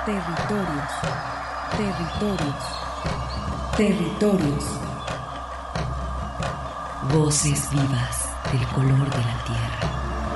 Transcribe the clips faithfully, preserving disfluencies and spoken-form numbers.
Territorios, territorios, territorios. Voces vivas del color de la tierra.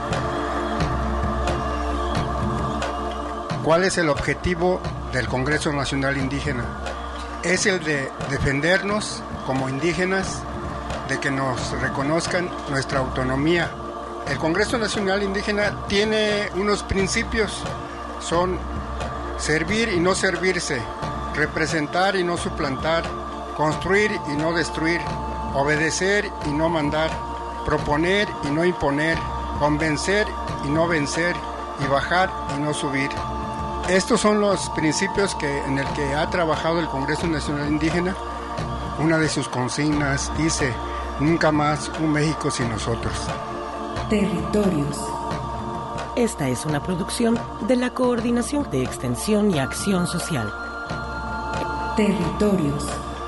¿Cuál es el objetivo del Congreso Nacional Indígena? Es el de defendernos como indígenas, de que nos reconozcan nuestra autonomía. El Congreso Nacional Indígena tiene unos principios, son servir y no servirse, representar y no suplantar, construir y no destruir, obedecer y no mandar, proponer y no imponer, convencer y no vencer, y bajar y no subir. Estos son los principios que, en el que ha trabajado el Congreso Nacional Indígena. Una de sus consignas dice: nunca más un México sin nosotros. Territorios. Esta es una producción de la Coordinación de Extensión y Acción Social. Territorios.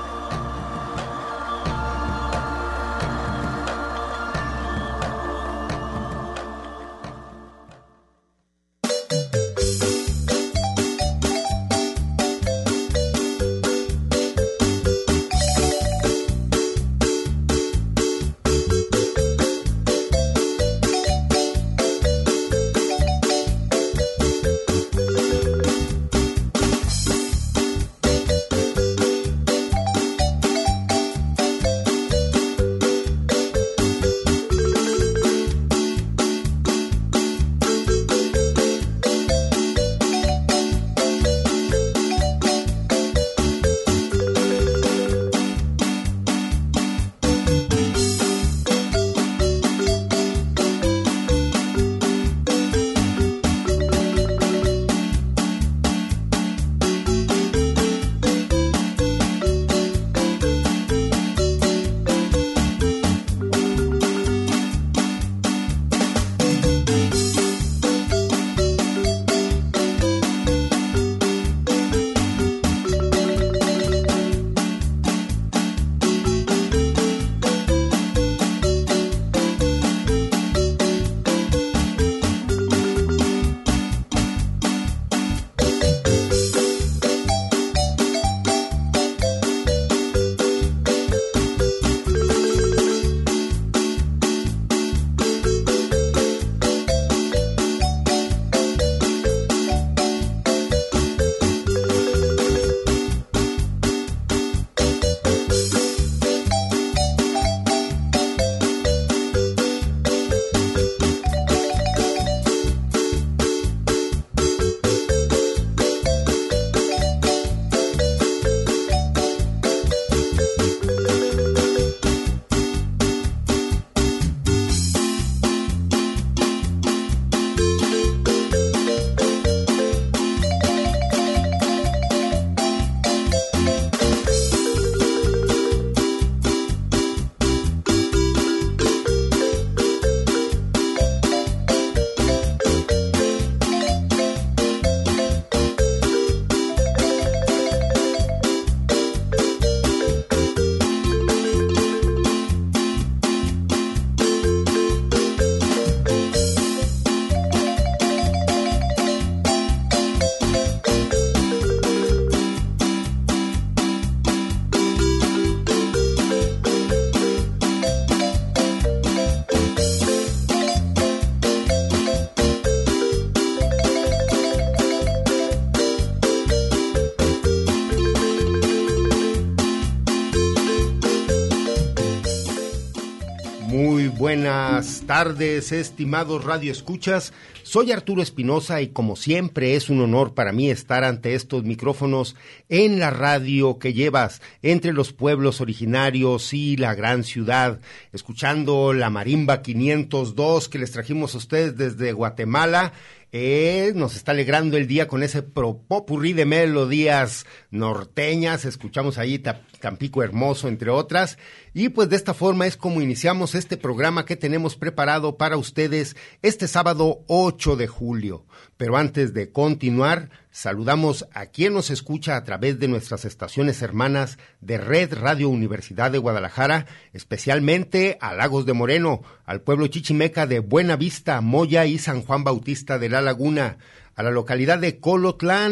Buenas tardes, estimados radioescuchas. Soy Arturo Espinosa y como siempre es un honor para mí estar ante estos micrófonos en la radio que llevas entre los pueblos originarios y la gran ciudad, escuchando la Marimba quinientos dos que les trajimos a ustedes desde Guatemala. Eh, nos está alegrando el día con ese popurrí de melodías norteñas. Escuchamos ahí Tampico Hermoso, entre otras. Y pues de esta forma es como iniciamos este programa que tenemos preparado para ustedes este sábado ocho de julio. Pero antes de continuar, saludamos a quien nos escucha a través de nuestras estaciones hermanas de Red Radio Universidad de Guadalajara, especialmente a Lagos de Moreno, al pueblo chichimeca de Buena Vista, Moya y San Juan Bautista de la Laguna, a la localidad de Colotlán,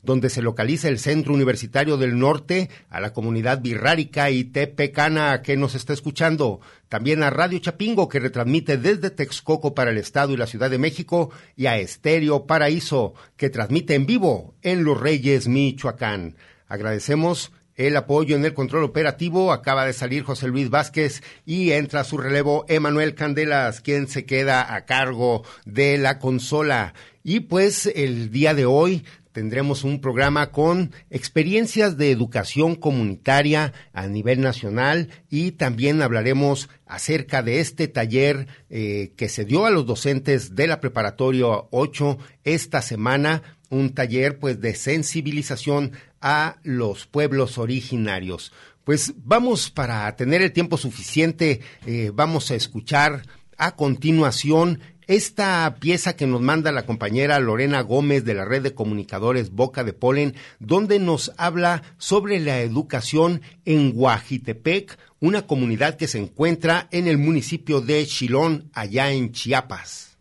donde se localiza el Centro Universitario del Norte, a la comunidad birrárica y tepecana que nos está escuchando, también a Radio Chapingo, que retransmite desde Texcoco para el Estado y la Ciudad de México, y a Estéreo Paraíso, que transmite en vivo en Los Reyes, Michoacán. Agradecemos el apoyo en el control operativo. Acaba de salir José Luis Vázquez y entra a su relevo Emanuel Candelas, quien se queda a cargo de la consola. Y pues el día de hoy tendremos un programa con experiencias de educación comunitaria a nivel nacional, y también hablaremos acerca de este taller eh, que se dio a los docentes de la preparatoria ocho esta semana, un taller pues de sensibilización a los pueblos originarios. Pues vamos, para tener el tiempo suficiente, eh, vamos a escuchar a continuación esta pieza que nos manda la compañera Lorena Gómez de la Red de Comunicadores Boca de Polen, donde nos habla sobre la educación en Oaxitepec, una comunidad que se encuentra en el municipio de Chilón, allá en Chiapas.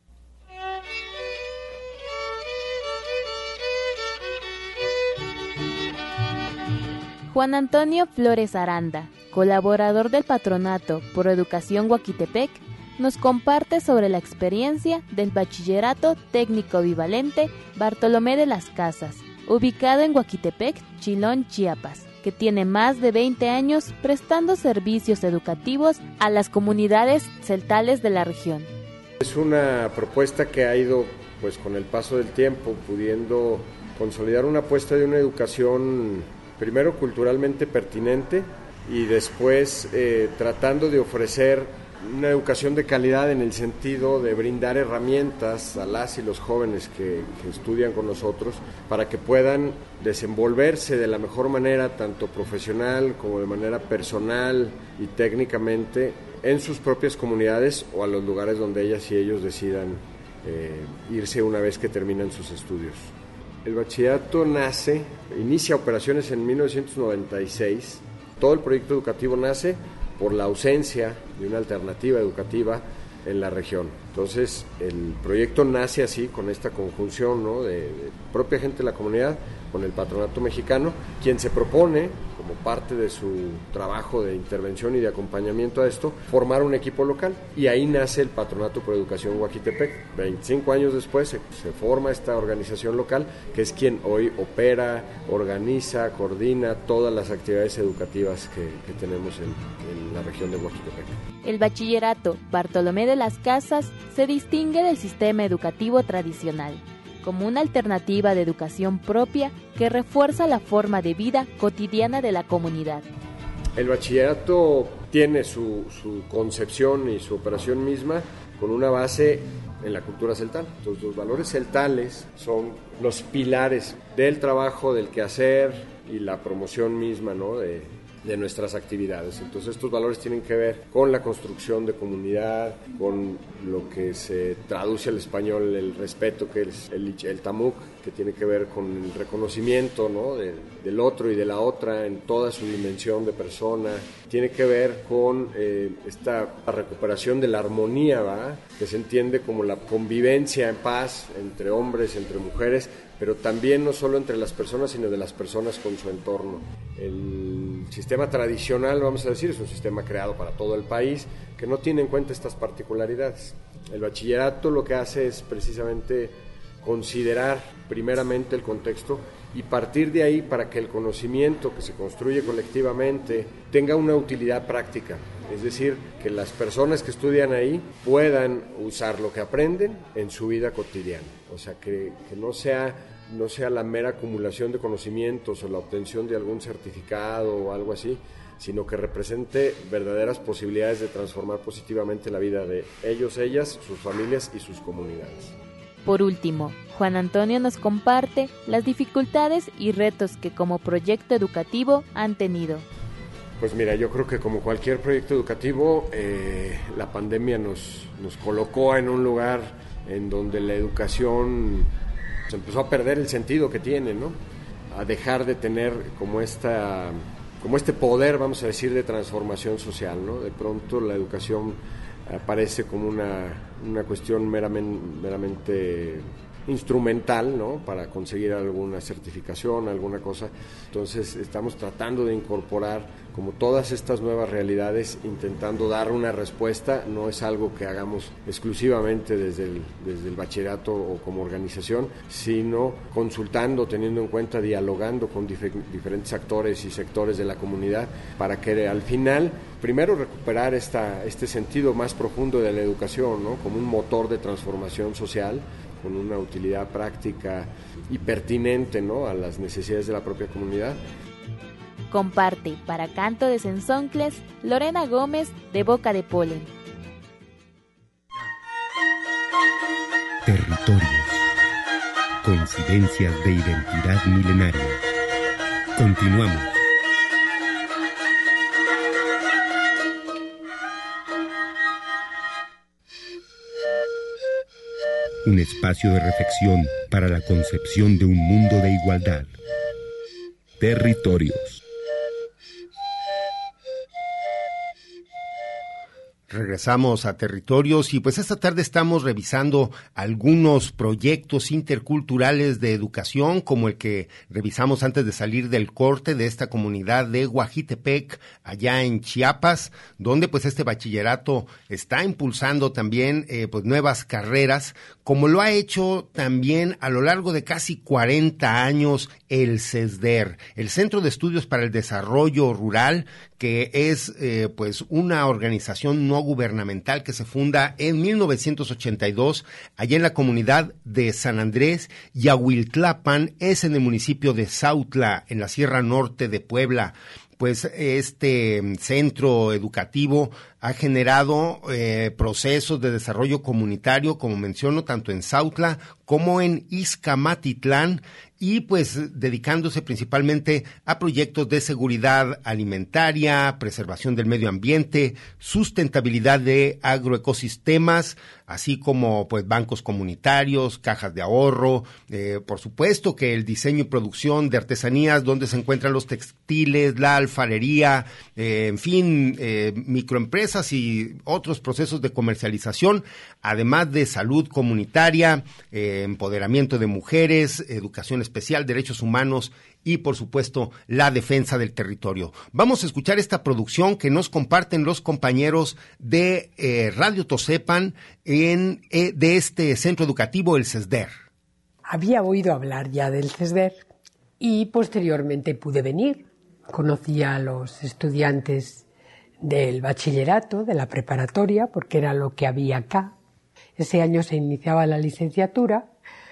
Juan Antonio Flores Aranda, colaborador del Patronato por Educación Oaxitepec, nos comparte sobre la experiencia del Bachillerato Técnico Bivalente Bartolomé de las Casas, ubicado en Oaxitepec, Chilón, Chiapas, que tiene más de veinte años prestando servicios educativos a las comunidades celtales de la región. Es una propuesta que ha ido, pues, con el paso del tiempo, pudiendo consolidar una apuesta de una educación, primero culturalmente pertinente, y después eh, tratando de ofrecer una educación de calidad en el sentido de brindar herramientas a las y los jóvenes que, que estudian con nosotros para que puedan desenvolverse de la mejor manera, tanto profesional como de manera personal y técnicamente, en sus propias comunidades o a los lugares donde ellas y ellos decidan eh, irse una vez que terminan sus estudios. El bachillerato nace, inicia operaciones en mil novecientos noventa y seis. Todo el proyecto educativo nace por la ausencia de una alternativa educativa en la región. Entonces, el proyecto nace así, con esta conjunción, ¿no?, de, de propia gente de la comunidad, con el Patronato Mexicano, quien se propone, como parte de su trabajo de intervención y de acompañamiento a esto, formar un equipo local. Y ahí nace el Patronato por Educación Oaxitepec. veinticinco años después se, se forma esta organización local, que es quien hoy opera, organiza, coordina todas las actividades educativas que, que tenemos en, en la región de Oaxitepec. El Bachillerato Bartolomé de las Casas se distingue del sistema educativo tradicional como una alternativa de educación propia que refuerza la forma de vida cotidiana de la comunidad. El bachillerato tiene su, su concepción y su operación misma con una base en la cultura celtal. Entonces, los valores celtales son los pilares del trabajo, del quehacer y la promoción misma, ¿no?, de, de nuestras actividades. Entonces, estos valores tienen que ver con la construcción de comunidad, con lo que se traduce al español el respeto, que es el, el tamuc, que tiene que ver con el reconocimiento, ¿no?, de, del otro y de la otra en toda su dimensión de persona. Tiene que ver con eh, esta recuperación de la armonía, ¿va?, que se entiende como la convivencia en paz entre hombres, entre mujeres, pero también no solo entre las personas, sino de las personas con su entorno. El sistema tradicional, vamos a decir, es un sistema creado para todo el país, que no tiene en cuenta estas particularidades. El bachillerato lo que hace es precisamente considerar primeramente el contexto y partir de ahí para que el conocimiento que se construye colectivamente tenga una utilidad práctica. Es decir, que las personas que estudian ahí puedan usar lo que aprenden en su vida cotidiana. O sea, que, que no sea, no sea la mera acumulación de conocimientos o la obtención de algún certificado o algo así, sino que represente verdaderas posibilidades de transformar positivamente la vida de ellos, ellas, sus familias y sus comunidades. Por último, Juan Antonio nos comparte las dificultades y retos que como proyecto educativo han tenido. Pues mira, yo creo que como cualquier proyecto educativo, eh, la pandemia nos, nos colocó en un lugar en donde la educación se empezó a perder el sentido que tiene, ¿no? A dejar de tener como esta, como este poder, vamos a decir, de transformación social, ¿no? De pronto la educación aparece como una, una cuestión meramente, meramente instrumental, ¿no?, para conseguir alguna certificación, alguna cosa. Entonces estamos tratando de incorporar como todas estas nuevas realidades, intentando dar una respuesta. No es algo que hagamos exclusivamente desde el, desde el bachillerato o como organización, sino consultando, teniendo en cuenta, dialogando con dif- diferentes actores y sectores de la comunidad, para que al final, primero recuperar esta, este sentido más profundo de la educación, ¿no?, como un motor de transformación social, con una utilidad práctica y pertinente, ¿no?, a las necesidades de la propia comunidad. Comparte para Canto de Sensoncles Lorena Gómez de Boca de Polen. Territorios. Coincidencias de identidad milenaria. Continuamos. Un espacio de reflexión para la concepción de un mundo de igualdad. Territorios. Regresamos a Territorios y pues esta tarde estamos revisando algunos proyectos interculturales de educación, como el que revisamos antes de salir del corte de esta comunidad de Oaxitepec, allá en Chiapas, donde pues este bachillerato está impulsando también eh, pues nuevas carreras, como lo ha hecho también a lo largo de casi cuarenta años el CESDER, el Centro de Estudios para el Desarrollo Rural, que es eh, pues una organización no gubernamental que se funda en mil novecientos ochenta y dos allá en la comunidad de San Andrés y Ahuiltlapan, es en el municipio de Sautla, en la Sierra Norte de Puebla. Pues este centro educativo ha generado eh, procesos de desarrollo comunitario, como menciono, tanto en Sautla como en Izcamatitlán, y pues dedicándose principalmente a proyectos de seguridad alimentaria, preservación del medio ambiente, sustentabilidad de agroecosistemas, así como pues bancos comunitarios, cajas de ahorro, eh, por supuesto que el diseño y producción de artesanías, donde se encuentran los textiles, la alfarería, eh, en fin, eh, microempresas y otros procesos de comercialización, además de salud comunitaria, eh, empoderamiento de mujeres, educación especial, derechos humanos y, por supuesto, la defensa del territorio. Vamos a escuchar esta producción que nos comparten los compañeros de eh, Radio Tosepan en, eh, de este centro educativo, el CESDER. Había oído hablar ya del CESDER y posteriormente pude venir. Conocí a los estudiantes del bachillerato, de la preparatoria, porque era lo que había acá. Ese año se iniciaba la licenciatura,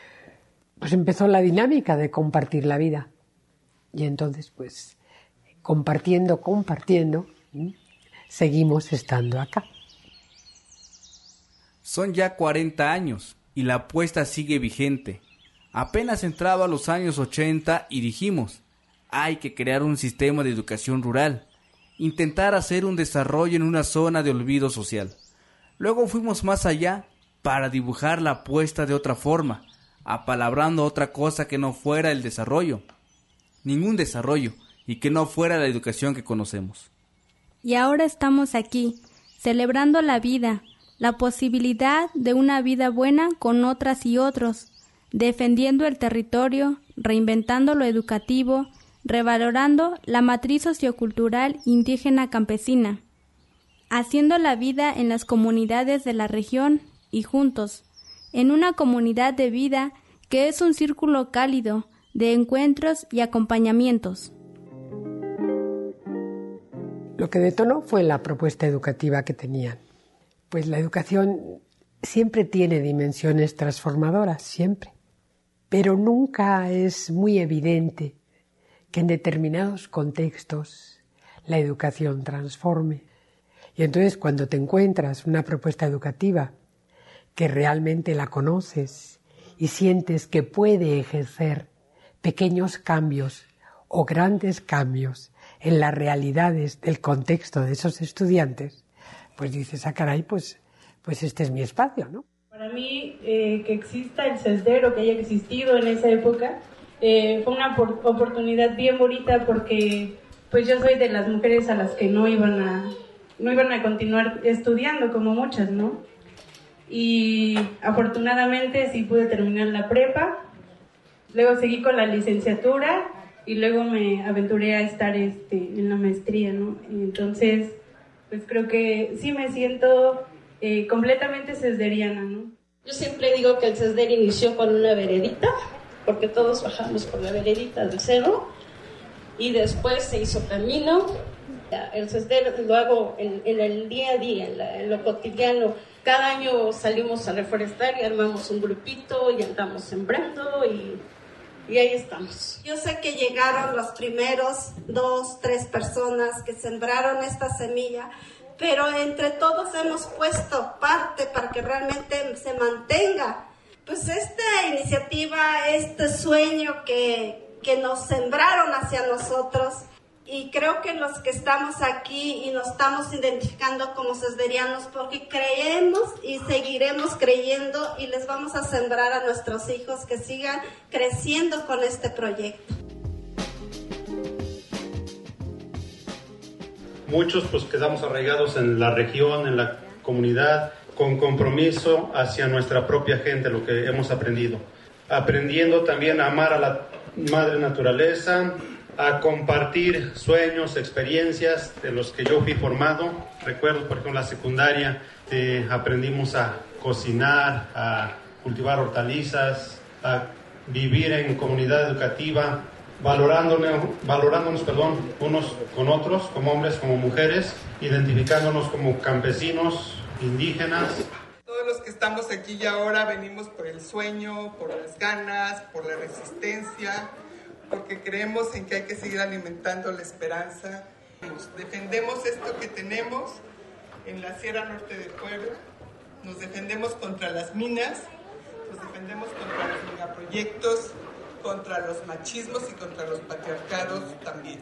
pues empezó la dinámica de compartir la vida. Y entonces, pues, compartiendo, compartiendo, ¿sí?, seguimos estando acá. Son ya cuarenta años y la apuesta sigue vigente. Apenas entraba a los años ochenta y dijimos, hay que crear un sistema de educación rural, intentar hacer un desarrollo en una zona de olvido social. Luego fuimos más allá para dibujar la apuesta de otra forma, apalabrando otra cosa que no fuera el desarrollo. Ningún desarrollo, y que no fuera la educación que conocemos. Y ahora estamos aquí, celebrando la vida, la posibilidad de una vida buena con otras y otros, defendiendo el territorio, reinventando lo educativo, revalorando la matriz sociocultural indígena campesina, haciendo la vida en las comunidades de la región y juntos, en una comunidad de vida que es un círculo cálido de encuentros y acompañamientos. Lo que detonó fue la propuesta educativa que tenían. Pues la educación siempre tiene dimensiones transformadoras, siempre, pero nunca es muy evidente que en determinados contextos la educación transforme. Y entonces cuando te encuentras una propuesta educativa que realmente la conoces y sientes que puede ejercer pequeños cambios o grandes cambios en las realidades del contexto de esos estudiantes, pues dices, ah, caray, pues, pues este es mi espacio, ¿no? Para mí, eh, que exista el CESDER o que haya existido en esa época, eh, fue una por- oportunidad bien bonita porque pues yo soy de las mujeres a las que no iban a, no iban a continuar estudiando como muchas, ¿no? y afortunadamente sí pude terminar la prepa. Luego seguí con la licenciatura y luego me aventuré a estar este, en la maestría, ¿no? Entonces, pues creo que sí me siento eh, completamente cesderiana, ¿no? Yo siempre digo que el CESDER inició con una veredita, porque todos bajamos por la veredita del cerro, y después se hizo camino. El CESDER lo hago en, en el día a día, en, la, en lo cotidiano. Cada año salimos a reforestar y armamos un grupito y andamos sembrando y, y ahí estamos. Yo sé que llegaron los primeros dos, tres personas que sembraron esta semilla, pero entre todos hemos puesto parte para que realmente se mantenga. Pues esta iniciativa, este sueño que, que nos sembraron hacia nosotros, y creo que los que estamos aquí y nos estamos identificando como cesderianos, porque creemos y seguiremos creyendo y les vamos a sembrar a nuestros hijos que sigan creciendo con este proyecto. Muchos pues quedamos arraigados en la región, en la comunidad, con compromiso hacia nuestra propia gente, lo que hemos aprendido. Aprendiendo también a amar a la madre naturaleza, a compartir sueños, experiencias de los que yo fui formado. Recuerdo, por ejemplo, en la secundaria eh, aprendimos a cocinar, a cultivar hortalizas, a vivir en comunidad educativa, valorándonos, valorándonos perdón, unos con otros, como hombres, como mujeres, identificándonos como campesinos, indígenas. Todos los que estamos aquí y ahora venimos por el sueño, por las ganas, por la resistencia, porque creemos en que hay que seguir alimentando la esperanza. Defendemos esto que tenemos en la Sierra Norte de Puebla, nos defendemos contra las minas, nos defendemos contra los megaproyectos, contra los machismos y contra los patriarcados también.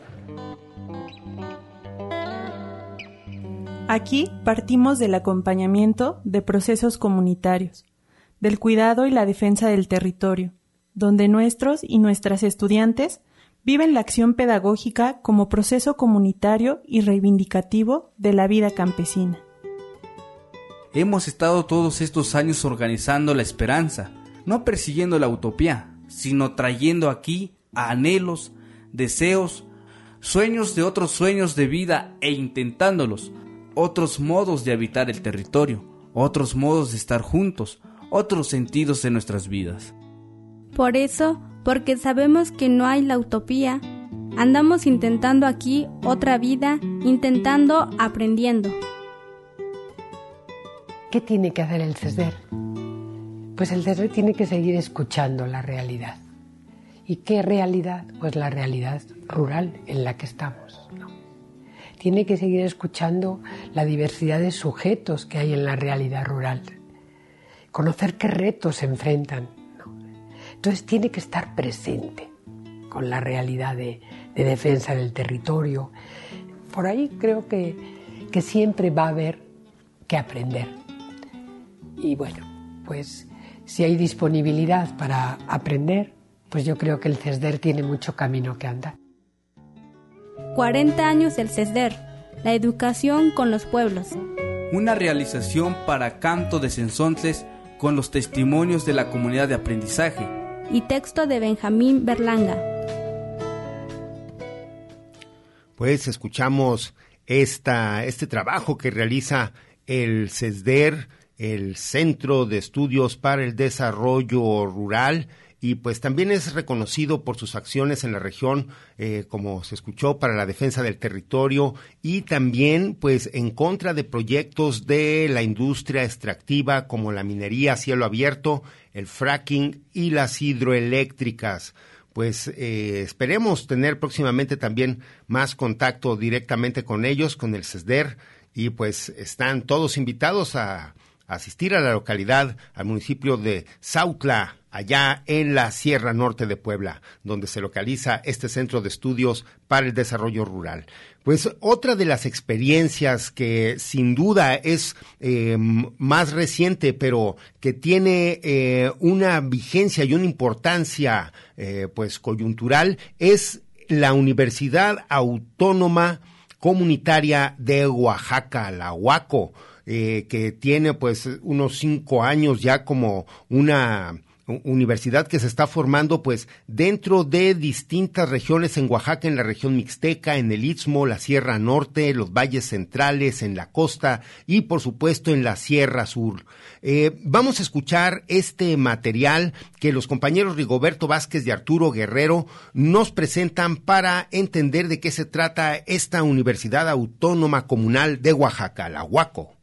Aquí partimos del acompañamiento de procesos comunitarios, del cuidado y la defensa del territorio, donde nuestros y nuestras estudiantes viven la acción pedagógica como proceso comunitario y reivindicativo de la vida campesina. Hemos estado todos estos años organizando la esperanza, no persiguiendo la utopía, sino trayendo aquí anhelos, deseos, sueños de otros sueños de vida e intentándolos, otros modos de habitar el territorio, otros modos de estar juntos, otros sentidos de nuestras vidas. Por eso, porque sabemos que no hay la utopía, andamos intentando aquí otra vida, intentando, aprendiendo. ¿Qué tiene que hacer el CESDER? Pues el CESDER tiene que seguir escuchando la realidad. ¿Y qué realidad? Pues la realidad rural en la que estamos, ¿no? Tiene que seguir escuchando la diversidad de sujetos que hay en la realidad rural, conocer qué retos se enfrentan, ¿no? Entonces tiene que estar presente con la realidad de, de defensa del territorio. Por ahí creo que, que siempre va a haber que aprender. Y bueno, pues si hay disponibilidad para aprender, pues yo creo que el CESDER tiene mucho camino que andar. cuarenta años del CESDER, la educación con los pueblos. Una realización para Canto de Cenzontles con los testimonios de la comunidad de aprendizaje. Y texto de Benjamín Berlanga. Pues escuchamos esta, este trabajo que realiza el CESDER, el Centro de Estudios para el Desarrollo Rural, y pues también es reconocido por sus acciones en la región, eh, como se escuchó, para la defensa del territorio y también pues en contra de proyectos de la industria extractiva como la minería a cielo abierto, el fracking y las hidroeléctricas. Pues eh, esperemos tener próximamente también más contacto directamente con ellos, con el CESDER, y pues están todos invitados a asistir a la localidad, al municipio de Zautla, allá en la Sierra Norte de Puebla, donde se localiza este Centro de Estudios para el Desarrollo Rural. Pues otra de las experiencias que sin duda es eh, más reciente, pero que tiene eh, una vigencia y una importancia eh, pues coyuntural, es la Universidad Autónoma Comunitaria de Oaxaca, la UACO. eh, que tiene pues unos cinco años ya como una universidad que se está formando pues dentro de distintas regiones en Oaxaca, en la región mixteca, en el Istmo, la Sierra Norte, los valles centrales, en la costa y por supuesto en la Sierra Sur. Eh, vamos a escuchar este material que los compañeros Rigoberto Vázquez y Arturo Guerrero nos presentan para entender de qué se trata esta Universidad Autónoma Comunal de Oaxaca, la UACO.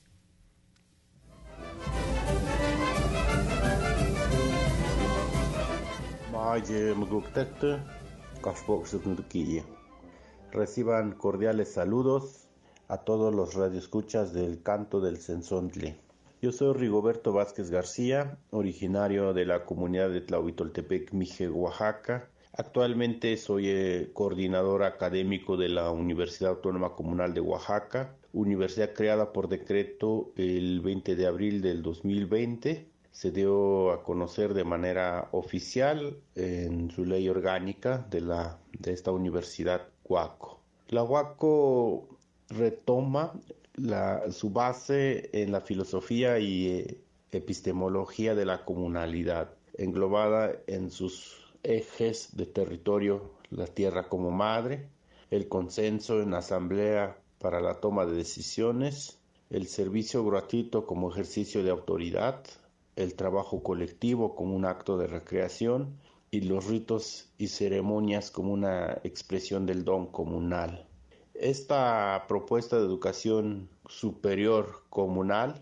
Reciban cordiales saludos a todos los radioescuchas del Canto del Cenzontle. Yo soy Rigoberto Vázquez García, originario de la comunidad de Tlahuitoltepec, Mije, Oaxaca. Actualmente soy eh, coordinador académico de la Universidad Autónoma Comunal de Oaxaca, universidad creada por decreto el veinte de abril del dos mil veinte. Se dio a conocer de manera oficial en su ley orgánica de, la, de esta universidad UACO. La UACO retoma la, su base en la filosofía y eh, epistemología de la comunalidad, englobada en sus ejes de territorio, la tierra como madre, el consenso en asamblea para la toma de decisiones, el servicio gratuito como ejercicio de autoridad, el trabajo colectivo como un acto de recreación y los ritos y ceremonias como una expresión del don comunal. Esta propuesta de educación superior comunal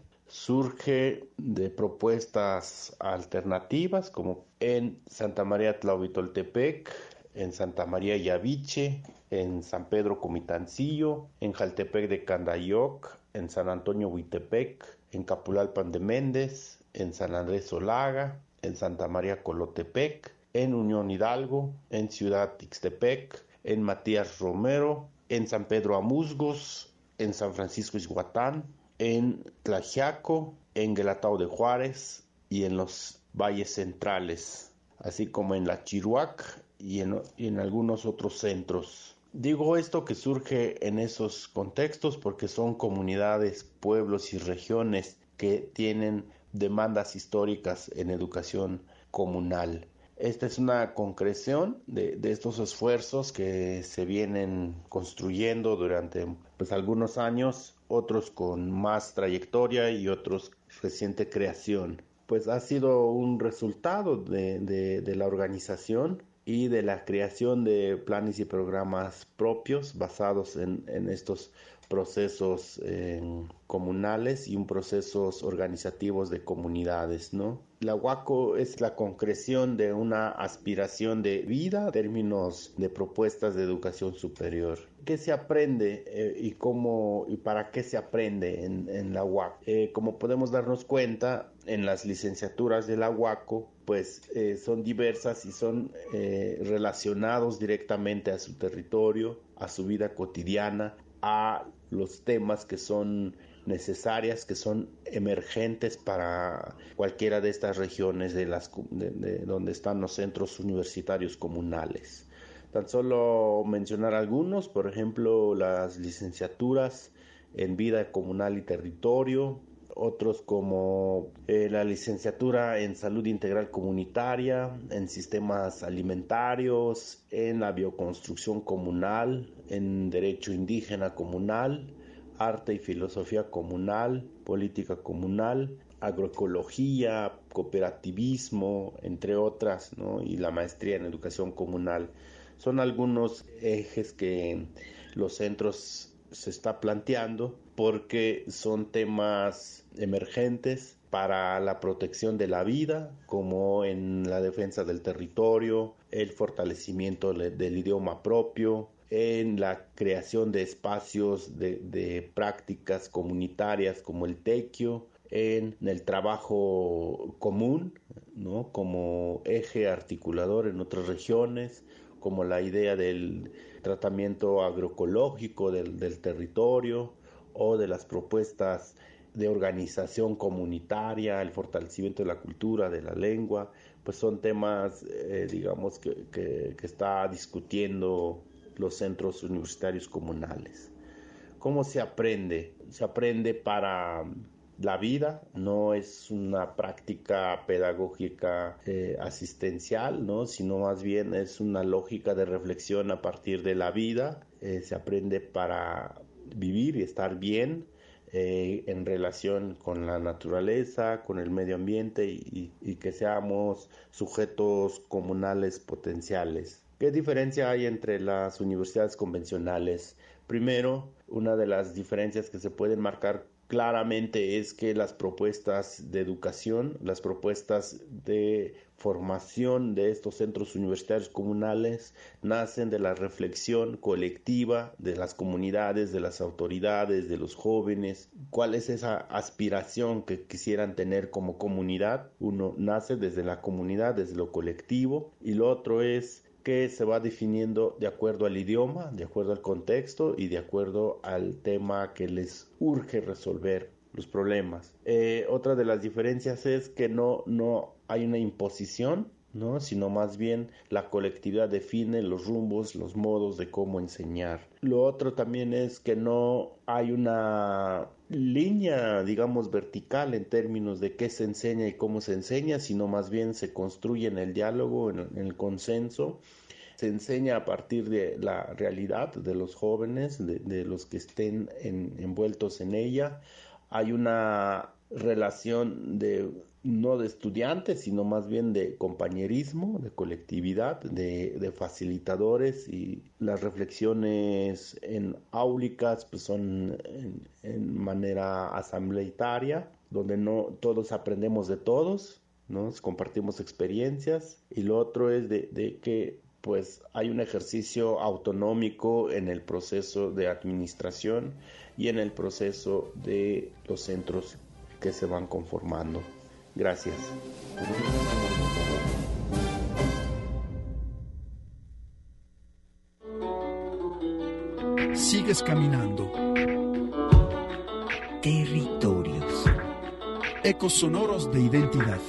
surge de propuestas alternativas como en Santa María Tlahuitoltepec, en Santa María Yaviche, en San Pedro Comitancillo, en Jaltepec de Candayoc, en San Antonio Huitepec, en Capulalpan de Méndez, en San Andrés Solaga, en Santa María Colotepec, en Unión Hidalgo, en Ciudad Ixtepec, en Matías Romero, en San Pedro Amusgos, en San Francisco Ixhuatán, en Tlaxiaco, en Guelatao de Juárez y en los valles centrales, así como en La Chiruac y en, y en algunos otros centros. Digo esto que surge en esos contextos porque son comunidades, pueblos y regiones que tienen demandas históricas en educación comunal. Esta es una concreción de, de estos esfuerzos que se vienen construyendo durante pues, algunos años, otros con más trayectoria y otros reciente creación. Pues ha sido un resultado de, de, de la organización y de la creación de planes y programas propios basados en, en estos procesos eh, comunales y un procesos organizativos de comunidades, ¿no? La UACO es la concreción de una aspiración de vida en términos de propuestas de educación superior. ¿Qué se aprende eh, y cómo y para qué se aprende en, en la UACO? Eh, como podemos darnos cuenta, en las licenciaturas de la UACO, pues eh, son diversas y son eh, relacionados directamente a su territorio, a su vida cotidiana, a los temas que son necesarias, que son emergentes para cualquiera de estas regiones de las de, de donde están los centros universitarios comunales. Tan solo mencionar algunos, por ejemplo, las licenciaturas en vida comunal y territorio, otros como eh, la licenciatura en salud integral comunitaria, en sistemas alimentarios, en la bioconstrucción comunal, en derecho indígena comunal, arte y filosofía comunal, política comunal, agroecología, cooperativismo, entre otras, ¿no? Y la maestría en educación comunal. Son algunos ejes que los centros se está planteando porque son temas emergentes para la protección de la vida, como en la defensa del territorio, el fortalecimiento del idioma propio, en la creación de espacios de, de prácticas comunitarias como el tequio, en el trabajo común, ¿no? Como eje articulador en otras regiones, como la idea del tratamiento agroecológico del, del territorio o de las propuestas de organización comunitaria, el fortalecimiento de la cultura, de la lengua, pues son temas, eh, digamos, que, que, que está discutiendo los centros universitarios comunales. ¿Cómo se aprende? Se aprende para la vida, no es una práctica pedagógica eh, asistencial, ¿no? Sino más bien es una lógica de reflexión a partir de la vida. Eh, se aprende para vivir y estar bien eh, en relación con la naturaleza, con el medio ambiente y, y, y que seamos sujetos comunales potenciales. ¿Qué diferencia hay entre las universidades convencionales? Primero, una de las diferencias que se pueden marcar claramente es que las propuestas de educación, las propuestas de formación de estos centros universitarios comunales nacen de la reflexión colectiva de las comunidades, de las autoridades, de los jóvenes. ¿Cuál es esa aspiración que quisieran tener como comunidad? Uno nace desde la comunidad, desde lo colectivo, y lo otro es que se va definiendo de acuerdo al idioma, de acuerdo al contexto y de acuerdo al tema que les urge resolver los problemas. Eh, otra de las diferencias es que no, no hay una imposición, ¿no? Sino más bien la colectividad define los rumbos, los modos de cómo enseñar. Lo otro también es que no hay una línea, digamos, vertical en términos de qué se enseña y cómo se enseña, sino más bien se construye en el diálogo, en, en el consenso. Se enseña a partir de la realidad de los jóvenes, de, de los que estén en, envueltos en ella. Hay una relación de no de estudiantes, sino más bien de compañerismo, de colectividad, de, de facilitadores, y las reflexiones en áulicas pues son en, en manera asambleitaria, donde no todos aprendemos de todos, ¿no? Compartimos experiencias, y lo otro es de, de que pues hay un ejercicio autonómico en el proceso de administración y en el proceso de los centros que se van conformando. Gracias. Sigues caminando. Territorios. Ecos sonoros de identidad.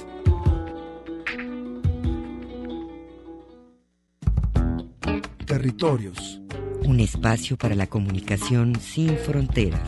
Territorios. Un espacio para la comunicación sin fronteras.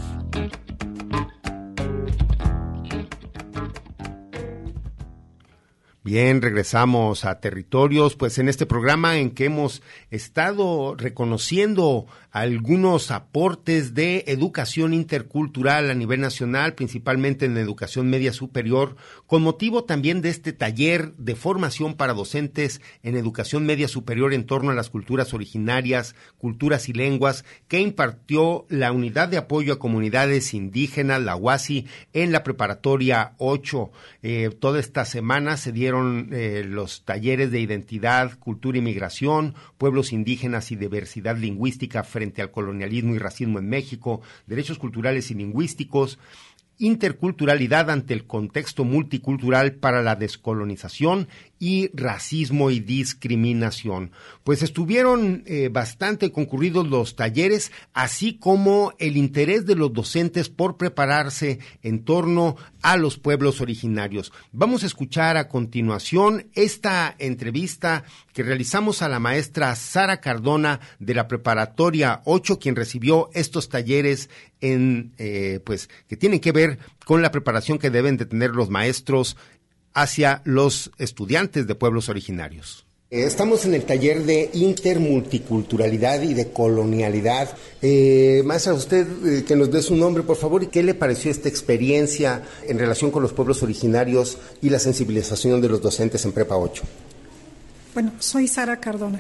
Bien, regresamos a Territorios, pues en este programa en que hemos estado reconociendo algunos aportes de educación intercultural a nivel nacional, principalmente en la educación media superior, con motivo también de este taller de formación para docentes en educación media superior en torno a las culturas originarias, culturas y lenguas, que impartió la Unidad de Apoyo a Comunidades Indígenas, la U A S I, en la Preparatoria ocho. Eh, toda esta semana se dieron Eh, los talleres de identidad, cultura y migración, pueblos indígenas y diversidad lingüística frente al colonialismo y racismo en México, derechos culturales y lingüísticos, interculturalidad ante el contexto multicultural para la descolonización y racismo y discriminación. Pues estuvieron eh, bastante concurridos los talleres, así como el interés de los docentes por prepararse en torno a los pueblos originarios. Vamos a escuchar a continuación esta entrevista que realizamos a la maestra Sara Cardona de la Preparatoria ocho, quien recibió estos talleres en eh, pues que tienen que ver con la preparación que deben de tener los maestros hacia los estudiantes de pueblos originarios. Estamos en el taller de intermulticulturalidad y de colonialidad. Eh, maestra, usted eh, que nos dé su nombre, por favor, y qué le pareció esta experiencia en relación con los pueblos originarios y la sensibilización de los docentes en Prepa ocho. Bueno, soy Sara Cardona.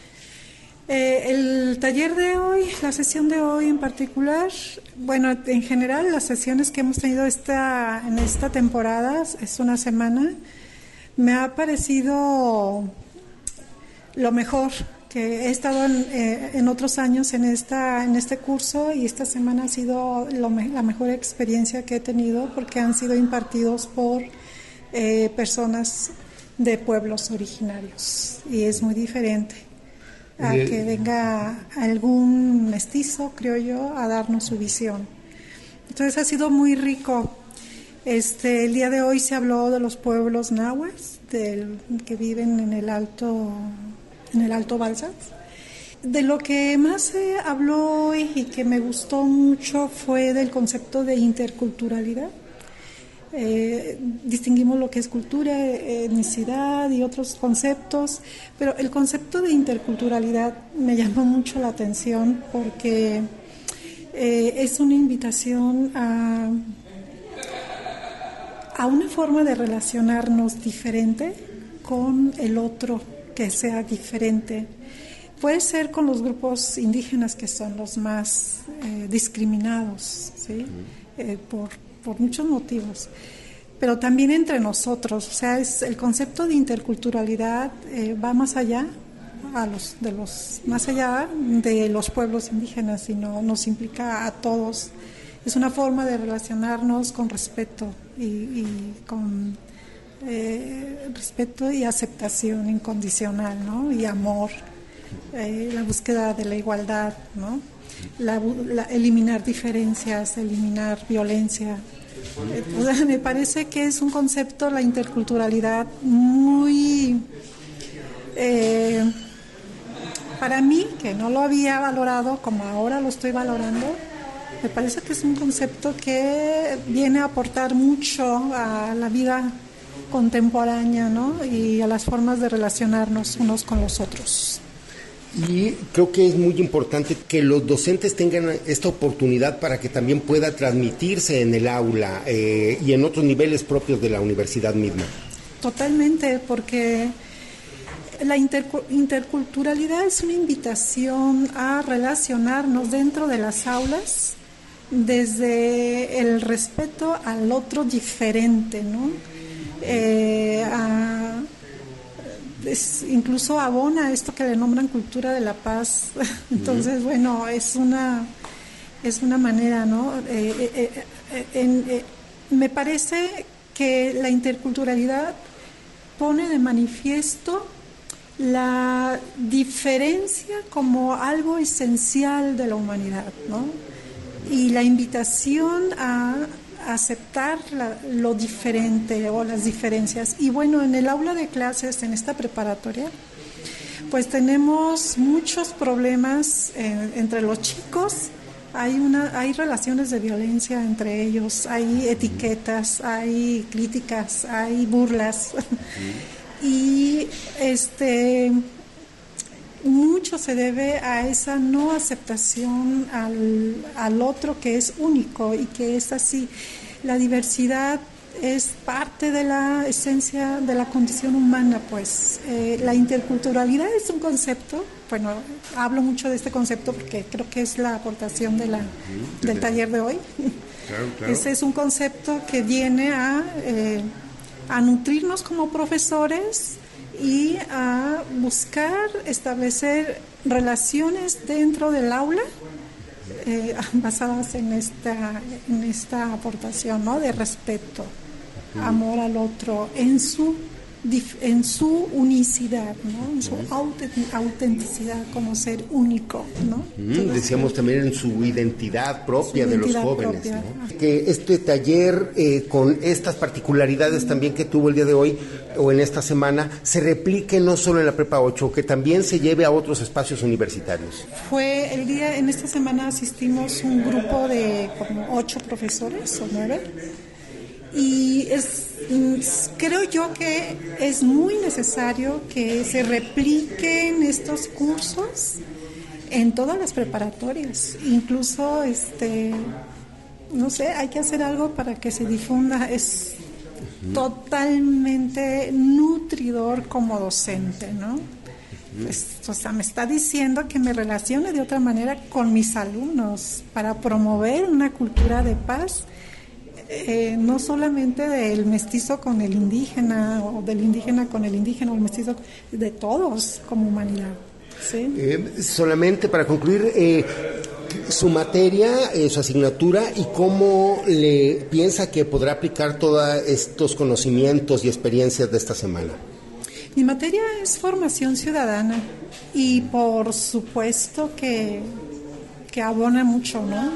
Eh, el taller de hoy, la sesión de hoy en particular, bueno, en general las sesiones que hemos tenido esta, en esta temporada, es una semana, me ha parecido lo mejor que he estado en, eh, en otros años en esta en este curso, y esta semana ha sido lo me, la mejor experiencia que he tenido, porque han sido impartidos por eh, personas de pueblos originarios, y es muy diferente a que venga algún mestizo, creo yo, a darnos su visión. Entonces ha sido muy rico. Este, el día de hoy se habló de los pueblos nahuas, del, que viven en el Alto, en el Alto Balsas. De lo que más se habló hoy y que me gustó mucho fue del concepto de interculturalidad. Eh, distinguimos lo que es cultura, etnicidad y otros conceptos, pero el concepto de interculturalidad me llamó mucho la atención porque eh, es una invitación a, a una forma de relacionarnos diferente con el otro que sea diferente. Puede ser con los grupos indígenas que son los más eh, discriminados, ¿sí? eh, por, por muchos motivos, pero también entre nosotros. O sea, es, el concepto de interculturalidad eh, va más allá a los, de los, más allá de los pueblos indígenas, sino nos implica a todos. Es una forma de relacionarnos con respeto y, y con eh, respeto y aceptación incondicional, ¿no? Y amor. Eh, la búsqueda de la igualdad, ¿no? La, la, eliminar diferencias, eliminar violencia. Eh, o sea, me parece que es un concepto, la interculturalidad, muy, eh, para mí, que no lo había valorado como ahora lo estoy valorando, me parece que es un concepto que viene a aportar mucho a la vida contemporánea, ¿no? Y a las formas de relacionarnos unos con los otros. Y creo que es muy importante que los docentes tengan esta oportunidad para que también pueda transmitirse en el aula eh, y en otros niveles propios de la universidad misma. Totalmente, porque la intercu- interculturalidad es una invitación a relacionarnos dentro de las aulas desde el respeto al otro diferente, ¿no? Eh, a Es, incluso abona esto que le nombran cultura de la paz. Entonces, bueno, es una es una manera, ¿no? Eh, eh, eh, en, eh, me parece que la interculturalidad pone de manifiesto la diferencia como algo esencial de la humanidad, ¿no? Y la invitación a aceptar la, lo diferente o las diferencias. Y bueno, en el aula de clases, en esta preparatoria, pues tenemos muchos problemas eh, entre los chicos. Hay una, hay relaciones de violencia entre ellos, hay etiquetas, hay críticas, hay burlas. Y este mucho se debe a esa no aceptación al, al otro que es único y que es así. La diversidad es parte de la esencia de la condición humana, pues. Eh, la interculturalidad es un concepto, bueno, hablo mucho de este concepto porque creo que es la aportación de la, del taller de hoy. Claro, claro. Ese es un concepto que viene a, eh, a nutrirnos como profesores y a buscar establecer relaciones dentro del aula eh, basadas en esta en esta aportación, ¿no? De respeto, amor al otro en su en su unicidad, ¿no? En su autenticidad como ser único, ¿no? Mm, decíamos también en su identidad propia su de identidad los jóvenes, ¿no? Que este taller eh, con estas particularidades también que tuvo el día de hoy o en esta semana se replique no solo en la Prepa ocho, que también se lleve a otros espacios universitarios. Fue el día, en esta semana asistimos un grupo de como ocho profesores o nueve. Y es, creo yo que es muy necesario que se repliquen estos cursos en todas las preparatorias. Incluso, este, no sé, hay que hacer algo para que se difunda. Es uh-huh. totalmente nutridor como docente, ¿no? Uh-huh. Pues, o sea, me está diciendo que me relacione de otra manera con mis alumnos para promover una cultura de paz. Eh, no solamente del mestizo con el indígena o del indígena con el indígena o el mestizo, de todos como humanidad. ¿Sí? Eh, solamente para concluir, eh, su materia, eh, su asignatura y cómo le piensa que podrá aplicar todos estos conocimientos y experiencias de esta semana. Mi materia es formación ciudadana y por supuesto que que abona mucho, ¿no?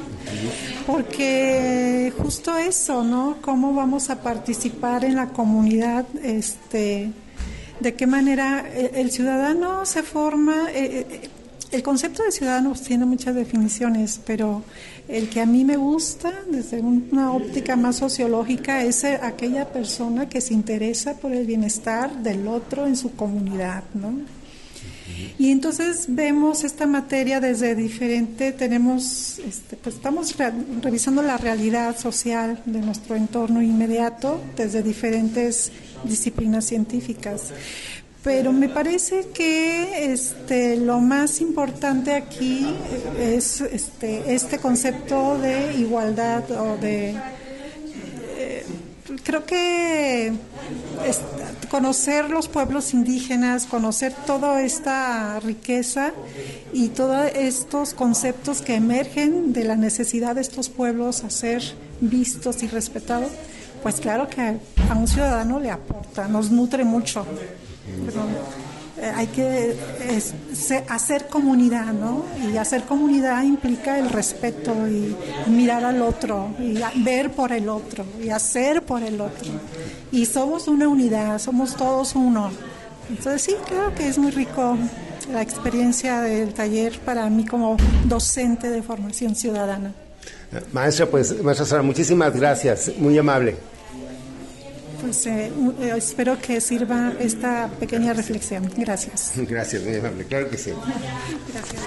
Porque justo eso, ¿no? Cómo vamos a participar en la comunidad, este, de qué manera el, el ciudadano se forma, eh, el concepto de ciudadano tiene muchas definiciones, pero el que a mí me gusta desde una óptica más sociológica es aquella persona que se interesa por el bienestar del otro en su comunidad, ¿no? Y entonces vemos esta materia desde diferente, tenemos, este, pues estamos re- revisando la realidad social de nuestro entorno inmediato desde diferentes disciplinas científicas. Pero me parece que este, lo más importante aquí es este, este concepto de igualdad o de... Eh, creo que es, conocer los pueblos indígenas, conocer toda esta riqueza y todos estos conceptos que emergen de la necesidad de estos pueblos a ser vistos y respetados, pues claro que a un ciudadano le aporta, nos nutre mucho. Pero, eh, hay que es, se, hacer comunidad, ¿no? Y hacer comunidad implica el respeto y, y mirar al otro, y a, ver por el otro, y hacer por el otro. Y somos una unidad, somos todos uno. Entonces sí, claro que es muy rico la experiencia del taller para mí como docente de formación ciudadana. Maestra, pues, maestra Sara, muchísimas gracias, muy amable. Pues eh, espero que sirva esta pequeña reflexión. Gracias. Gracias, muy amable, claro que sí. Gracias.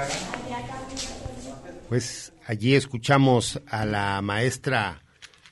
Pues allí escuchamos a la maestra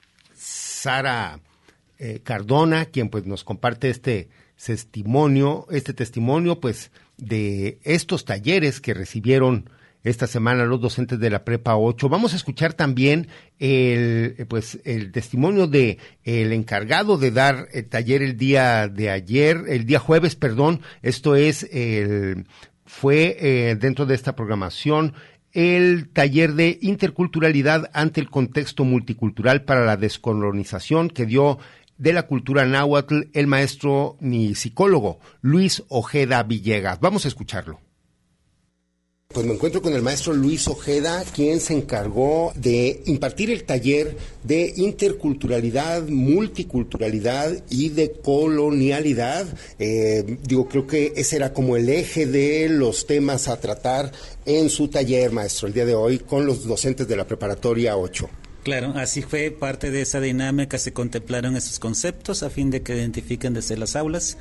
Sara eh, Cardona, quien pues nos comparte este testimonio, este testimonio pues de estos talleres que recibieron esta semana los docentes de la Prepa ocho. Vamos a escuchar también el pues el testimonio de el encargado de dar el taller el día de ayer, el día jueves, perdón. Esto es el fue eh, dentro de esta programación el taller de interculturalidad ante el contexto multicultural para la descolonización que dio de la cultura náhuatl el maestro y psicólogo Luis Ojeda Villegas. Vamos a escucharlo. Pues me encuentro con el maestro Luis Ojeda, quien se encargó de impartir el taller de interculturalidad, multiculturalidad y de colonialidad. Eh, digo, creo que ese era como el eje de los temas a tratar en su taller, maestro, el día de hoy con los docentes de la Preparatoria ocho. Claro, así fue parte de esa dinámica, se contemplaron esos conceptos a fin de que identifiquen desde las aulas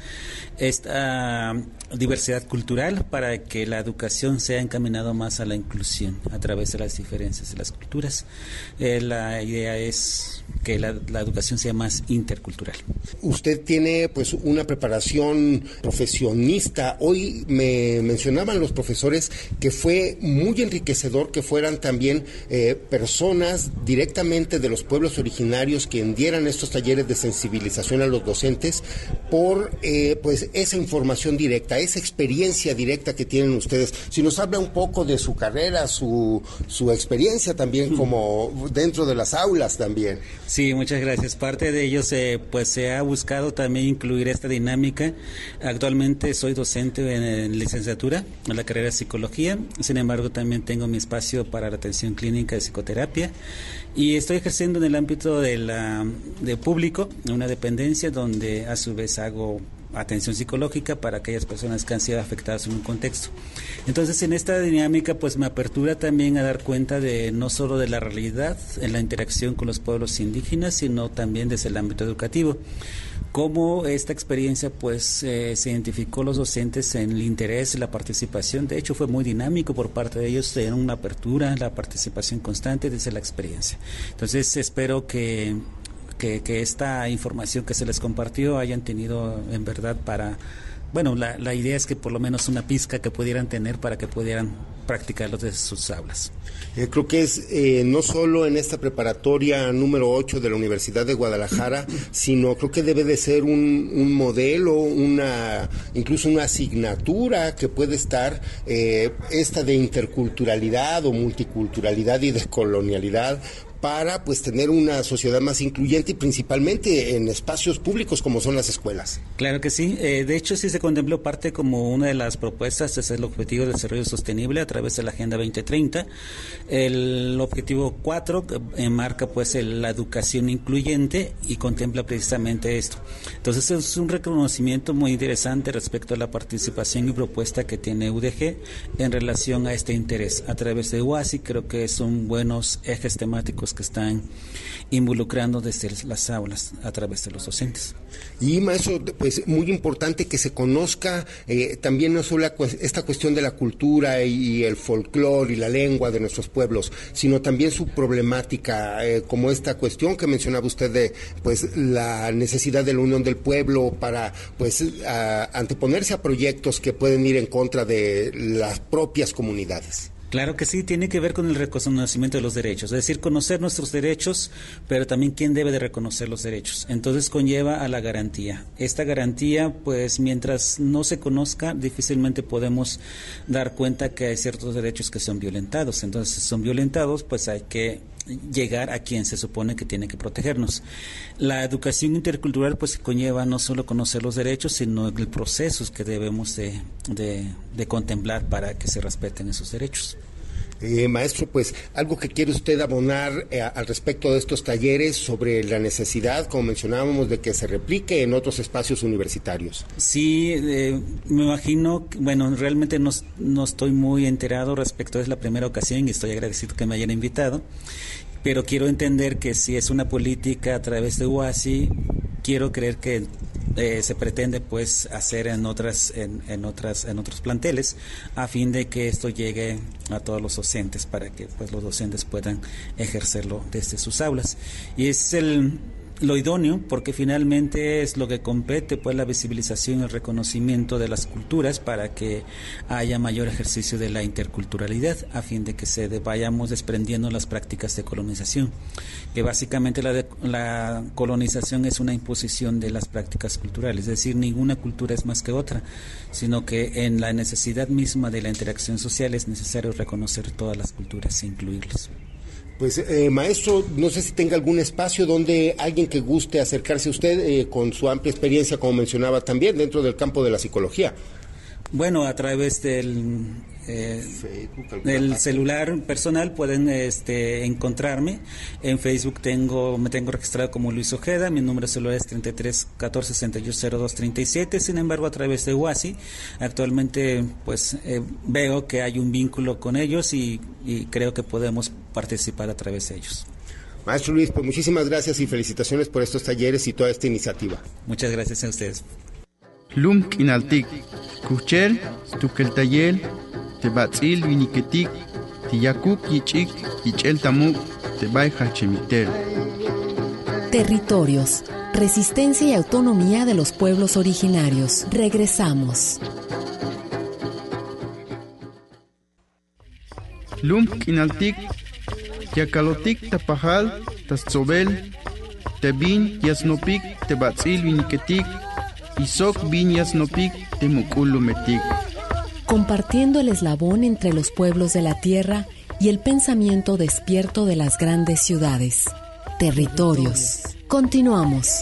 esta diversidad cultural para que la educación sea encaminada más a la inclusión a través de las diferencias de las culturas. Eh, la idea es que la, la educación sea más intercultural. Usted tiene pues una preparación profesionista. Hoy me mencionaban los profesores que fue muy enriquecedor que fueran también eh, personas directamente de los pueblos originarios que dieran estos talleres de sensibilización a los docentes por eh, pues esa información directa, esa experiencia directa que tienen ustedes. Si nos habla un poco de su carrera, su, su experiencia también como dentro de las aulas también. Sí, muchas gracias. Parte de ellos eh, pues se ha buscado también incluir esta dinámica. Actualmente soy docente en, en licenciatura en la carrera de psicología, sin embargo también tengo mi espacio para la atención clínica de psicoterapia. Y estoy ejerciendo en el ámbito de la de público, en una dependencia donde a su vez hago atención psicológica para aquellas personas que han sido afectadas en un contexto. Entonces, en esta dinámica, pues me apertura también a dar cuenta de no solo de la realidad en la interacción con los pueblos indígenas, sino también desde el ámbito educativo. Cómo esta experiencia pues eh, se identificó los docentes en el interés y la participación. De hecho, fue muy dinámico por parte de ellos, en una apertura, la participación constante desde la experiencia. Entonces, espero que, que, que esta información que se les compartió hayan tenido en verdad para... Bueno, la, la idea es que por lo menos una pizca que pudieran tener para que pudieran practicarlo desde sus aulas. Eh, creo que es eh, no solo en esta preparatoria número ocho de la Universidad de Guadalajara, sino creo que debe de ser un, un modelo, una incluso una asignatura que puede estar eh, esta de interculturalidad o multiculturalidad y de colonialidad, para pues tener una sociedad más incluyente y principalmente en espacios públicos como son las escuelas. Claro que sí, eh, de hecho sí se contempló parte como una de las propuestas, es el objetivo de desarrollo sostenible a través de la Agenda veinte treinta. El objetivo cuatro enmarca pues el, la educación incluyente y contempla precisamente esto. Entonces es un reconocimiento muy interesante respecto a la participación y propuesta que tiene U D G en relación a este interés. A través de U A S I creo que son buenos ejes temáticos que están involucrando desde las aulas a través de los docentes. Y maestro, pues muy importante que se conozca eh, también no solo esta cuestión de la cultura y el folclore y la lengua de nuestros pueblos, sino también su problemática, eh, como esta cuestión que mencionaba usted de pues la necesidad de la unión del pueblo para pues a, anteponerse a proyectos que pueden ir en contra de las propias comunidades. Claro que sí, tiene que ver con el reconocimiento de los derechos, es decir, conocer nuestros derechos, pero también quién debe de reconocer los derechos. Entonces conlleva a la garantía. Esta garantía, pues mientras no se conozca, difícilmente podemos dar cuenta que hay ciertos derechos que son violentados. Entonces, si son violentados, pues hay que llegar a quien se supone que tiene que protegernos. La educación intercultural pues conlleva no solo conocer los derechos, sino el proceso que debemos de, de, de contemplar para que se respeten esos derechos. Eh, maestro, pues algo que quiere usted abonar eh, al respecto de estos talleres sobre la necesidad, como mencionábamos, de que se replique en otros espacios universitarios. Sí, eh, me imagino, bueno, realmente no, no estoy muy enterado respecto, es la primera ocasión y estoy agradecido que me hayan invitado, pero quiero entender que si es una política a través de U A S I, quiero creer que Eh, se pretende pues hacer en otras en, en otras en otros planteles a fin de que esto llegue a todos los docentes para que pues los docentes puedan ejercerlo desde sus aulas, y es el lo idóneo porque finalmente es lo que compete pues la visibilización y el reconocimiento de las culturas para que haya mayor ejercicio de la interculturalidad a fin de que se de, vayamos desprendiendo las prácticas de colonización, que básicamente la, de, la colonización es una imposición de las prácticas culturales, es decir, ninguna cultura es más que otra, sino que en la necesidad misma de la interacción social es necesario reconocer todas las culturas e incluirlas. Pues, eh, maestro, no sé si tenga algún espacio donde alguien que guste acercarse a usted eh, con su amplia experiencia, como mencionaba también, dentro del campo de la psicología. Bueno, a través del eh, Facebook, del celular personal pueden este, encontrarme. En Facebook tengo me tengo registrado como Luis Ojeda, mi número celular es treinta y tres catorce sesenta y ocho cero dos treinta y siete. Sin embargo, a través de U A S I, actualmente pues eh, veo que hay un vínculo con ellos y, y creo que podemos participar a través de ellos. Maestro Luis, pues muchísimas gracias y felicitaciones por estos talleres y toda esta iniciativa. Muchas gracias a ustedes. Lum kinaltik, kuchel, tukeltayel, tebatzil viniketik, tiyakuk yichik, yichel tamuk, tebay hachemitel. Territorios, resistencia y autonomía de los pueblos originarios. Regresamos. Lum kinaltik, yakalotik tapajal, tatzobel, tebin yasnopik, tebatzil viniketik, Isok viñas nopik temuculumetik. Compartiendo el eslabón entre los pueblos de la tierra y el pensamiento despierto de las grandes ciudades. Territorios. Continuamos.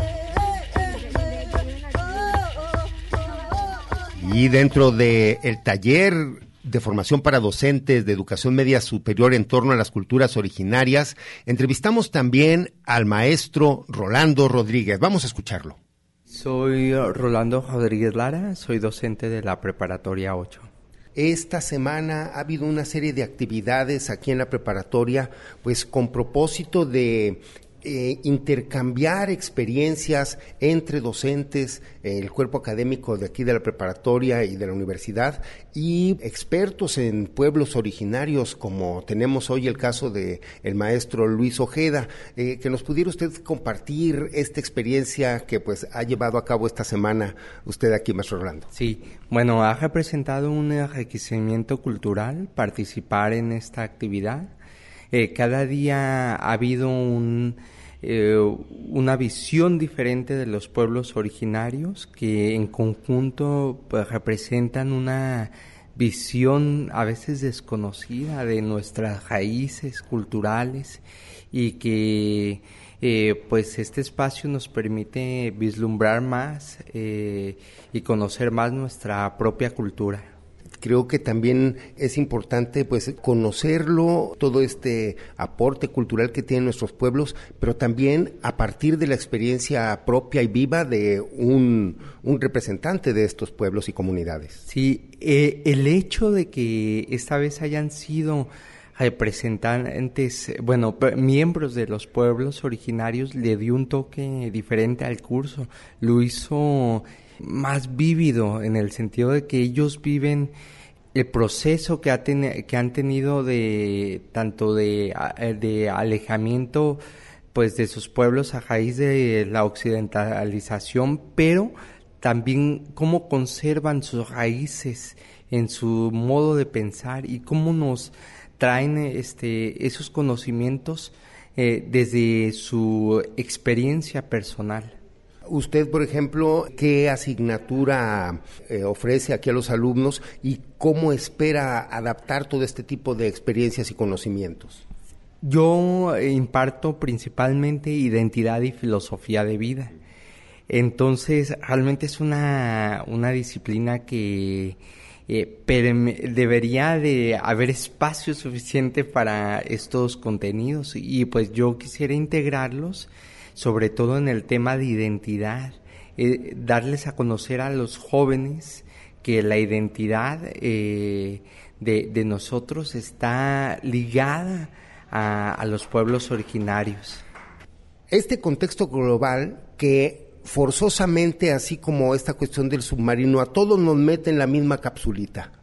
Y dentro del taller de formación para docentes de educación media superior en torno a las culturas originarias, entrevistamos también al maestro Rolando Rodríguez. Vamos a escucharlo. Soy Rolando Rodríguez Lara, soy docente de la Preparatoria ocho. Esta semana ha habido una serie de actividades aquí en la preparatoria, pues con propósito de eh, intercambiar experiencias entre docentes, eh, el cuerpo académico de aquí de la preparatoria y de la universidad, y expertos en pueblos originarios, como tenemos hoy el caso de el maestro Luis Ojeda, eh, que nos pudiera usted compartir esta experiencia que pues ha llevado a cabo esta semana usted aquí, maestro Rolando. Sí, bueno, ha representado un enriquecimiento cultural participar en esta actividad. Eh, cada día ha habido un, eh, una visión diferente de los pueblos originarios que en conjunto pues, representan una visión a veces desconocida de nuestras raíces culturales y que eh, pues este espacio nos permite vislumbrar más eh, y conocer más nuestra propia cultura. Creo que también es importante pues conocerlo, todo este aporte cultural que tienen nuestros pueblos, pero también a partir de la experiencia propia y viva de un, un representante de estos pueblos y comunidades. Sí, eh, el hecho de que esta vez hayan sido representantes, bueno, miembros de los pueblos originarios le dio un toque diferente al curso, lo hizo más vívido en el sentido de que ellos viven el proceso que, ha ten, que han tenido de tanto de, de alejamiento pues de sus pueblos a raíz de la occidentalización, pero también cómo conservan sus raíces en su modo de pensar y cómo nos traen este esos conocimientos eh, desde su experiencia personal. Usted, por ejemplo, ¿qué asignatura eh, ofrece aquí a los alumnos y cómo espera adaptar todo este tipo de experiencias y conocimientos? Yo imparto principalmente identidad y filosofía de vida. Entonces, realmente es una, una disciplina que eh, perme- debería de haber espacio suficiente para estos contenidos y pues yo quisiera integrarlos sobre todo en el tema de identidad, eh, darles a conocer a los jóvenes que la identidad eh, de, de nosotros está ligada a, a los pueblos originarios. Este contexto global que forzosamente, así como esta cuestión del submarino, a todos nos mete en la misma capsulita.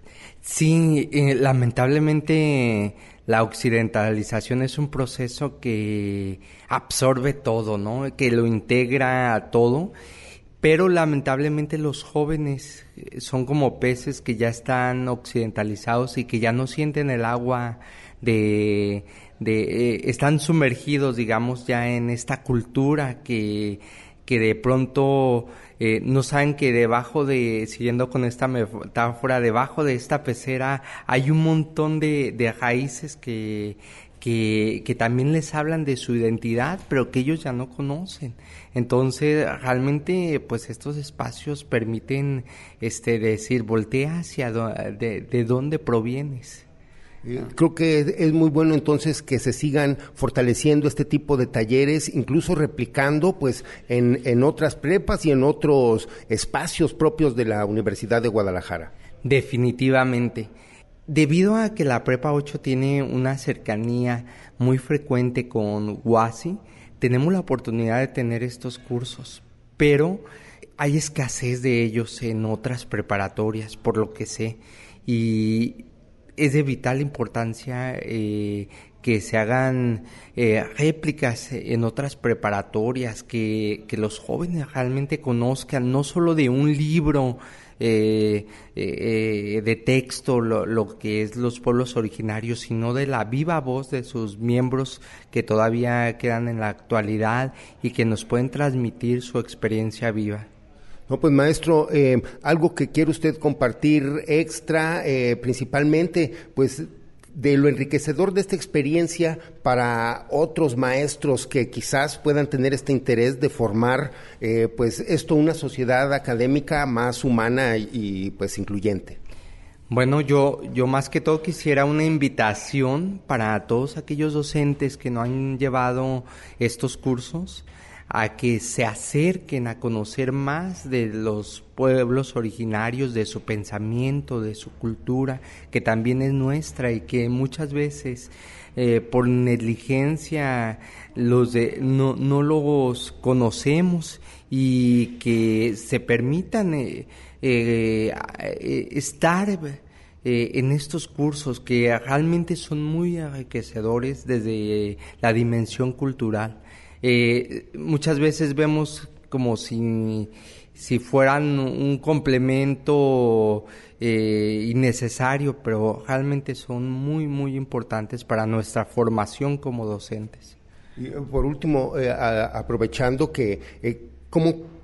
Sí, eh, lamentablemente la occidentalización es un proceso que absorbe todo, ¿no? Que lo integra a todo, pero lamentablemente los jóvenes son como peces que ya están occidentalizados y que ya no sienten el agua de... de eh, están sumergidos, digamos, ya en esta cultura que, que de pronto eh, no saben que debajo de, siguiendo con esta metáfora, debajo de esta pecera hay un montón de, de raíces que, que, que también les hablan de su identidad, pero que ellos ya no conocen. Entonces, realmente, pues estos espacios permiten este decir, voltea hacia do, de, de dónde provienes. Creo que es muy bueno entonces que se sigan fortaleciendo este tipo de talleres, incluso replicando pues en, en otras prepas y en otros espacios propios de la Universidad de Guadalajara. Definitivamente. Debido a que la Prepa ocho tiene una cercanía muy frecuente con UASI, tenemos la oportunidad de tener estos cursos, pero hay escasez de ellos en otras preparatorias, por lo que sé, y es de vital importancia eh, que se hagan eh, réplicas en otras preparatorias, que, que los jóvenes realmente conozcan no solo de un libro eh, eh, de texto lo, lo que es los pueblos originarios, sino de la viva voz de sus miembros que todavía quedan en la actualidad y que nos pueden transmitir su experiencia viva. No, pues maestro, eh, algo que quiere usted compartir extra, eh, principalmente, pues de lo enriquecedor de esta experiencia para otros maestros que quizás puedan tener este interés de formar, eh, pues esto, una sociedad académica más humana y, y pues incluyente. Bueno, yo, yo más que todo quisiera una invitación para todos aquellos docentes que no han llevado estos cursos, a que se acerquen a conocer más de los pueblos originarios, de su pensamiento, de su cultura, que también es nuestra y que muchas veces eh, por negligencia los de, no, no los conocemos y que se permitan eh, eh, estar eh, en estos cursos que realmente son muy enriquecedores desde la dimensión cultural. Eh, muchas veces vemos como si, si fueran un complemento eh, innecesario, pero realmente son muy, muy importantes para nuestra formación como docentes. Y por último, eh, a, aprovechando que, eh, ¿cómo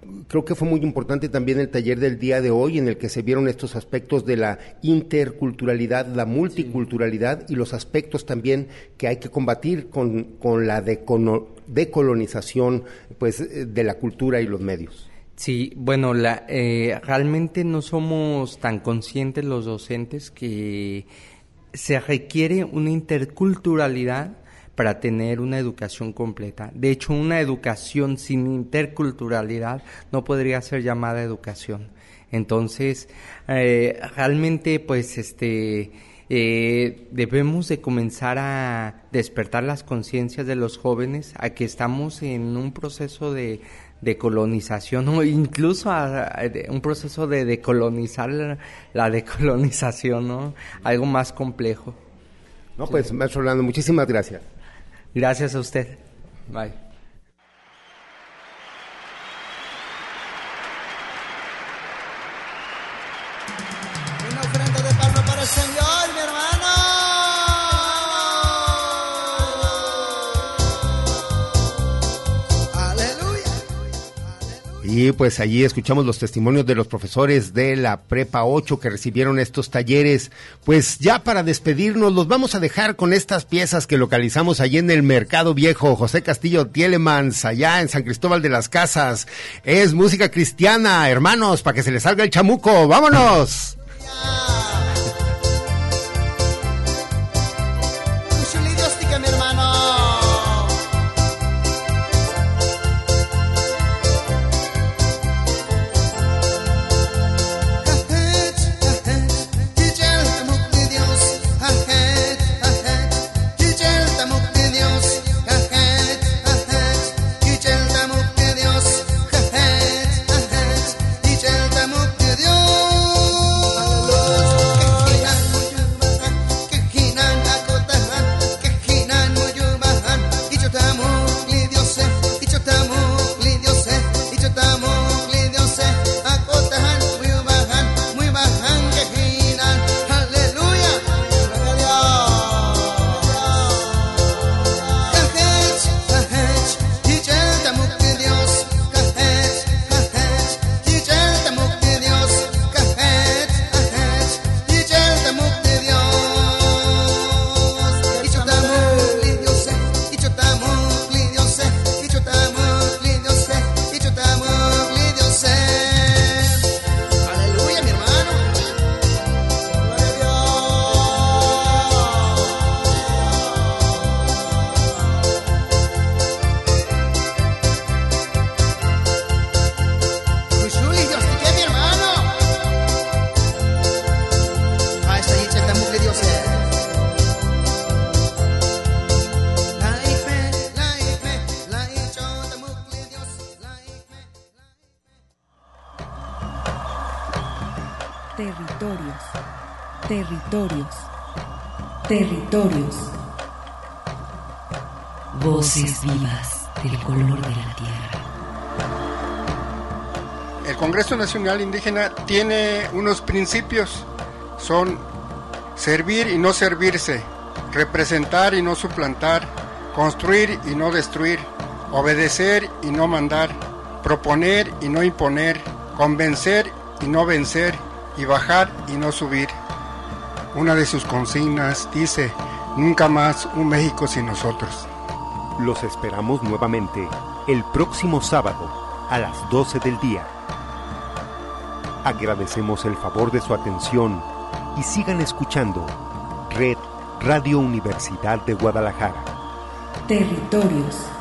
creo que fue muy importante también el taller del día de hoy, en el que se vieron estos aspectos de la interculturalidad, la multiculturalidad, sí, y los aspectos también que hay que combatir con, con la decono, decolonización, pues, de la cultura y los medios. Sí, bueno, la, eh, realmente no somos tan conscientes los docentes que se requiere una interculturalidad para tener una educación completa. De hecho, una educación sin interculturalidad no podría ser llamada educación. Entonces, eh, realmente, pues, este, eh, debemos de comenzar a despertar las conciencias de los jóvenes a que estamos en un proceso de de colonización, o incluso a, a, un proceso de decolonizar la, la decolonización, ¿no? Algo más complejo. No, pues, sí. Maestro Orlando, muchísimas gracias. Gracias a usted. Bye. Una ofrenda de palma para el Señor, mi hermano. Y pues allí escuchamos los testimonios de los profesores de la Prepa ocho que recibieron estos talleres. Pues ya para despedirnos los vamos a dejar con estas piezas que localizamos allí en el Mercado Viejo, José Castillo Tielemans, allá en San Cristóbal de las Casas. Es música cristiana, hermanos, para que se les salga el chamuco. ¡Vámonos! Mi hermano. Territorios, territorios, territorios. Voces vivas del color de la tierra. El Congreso Nacional Indígena tiene unos principios, son servir y no servirse, representar y no suplantar, construir y no destruir, obedecer y no mandar, proponer y no imponer, convencer y no vencer, y bajar y no subir. Una de sus consignas dice: nunca más un México sin nosotros. Los esperamos nuevamente el próximo sábado a las doce del día. Agradecemos el favor de su atención y sigan escuchando Red Radio Universidad de Guadalajara. Territorios.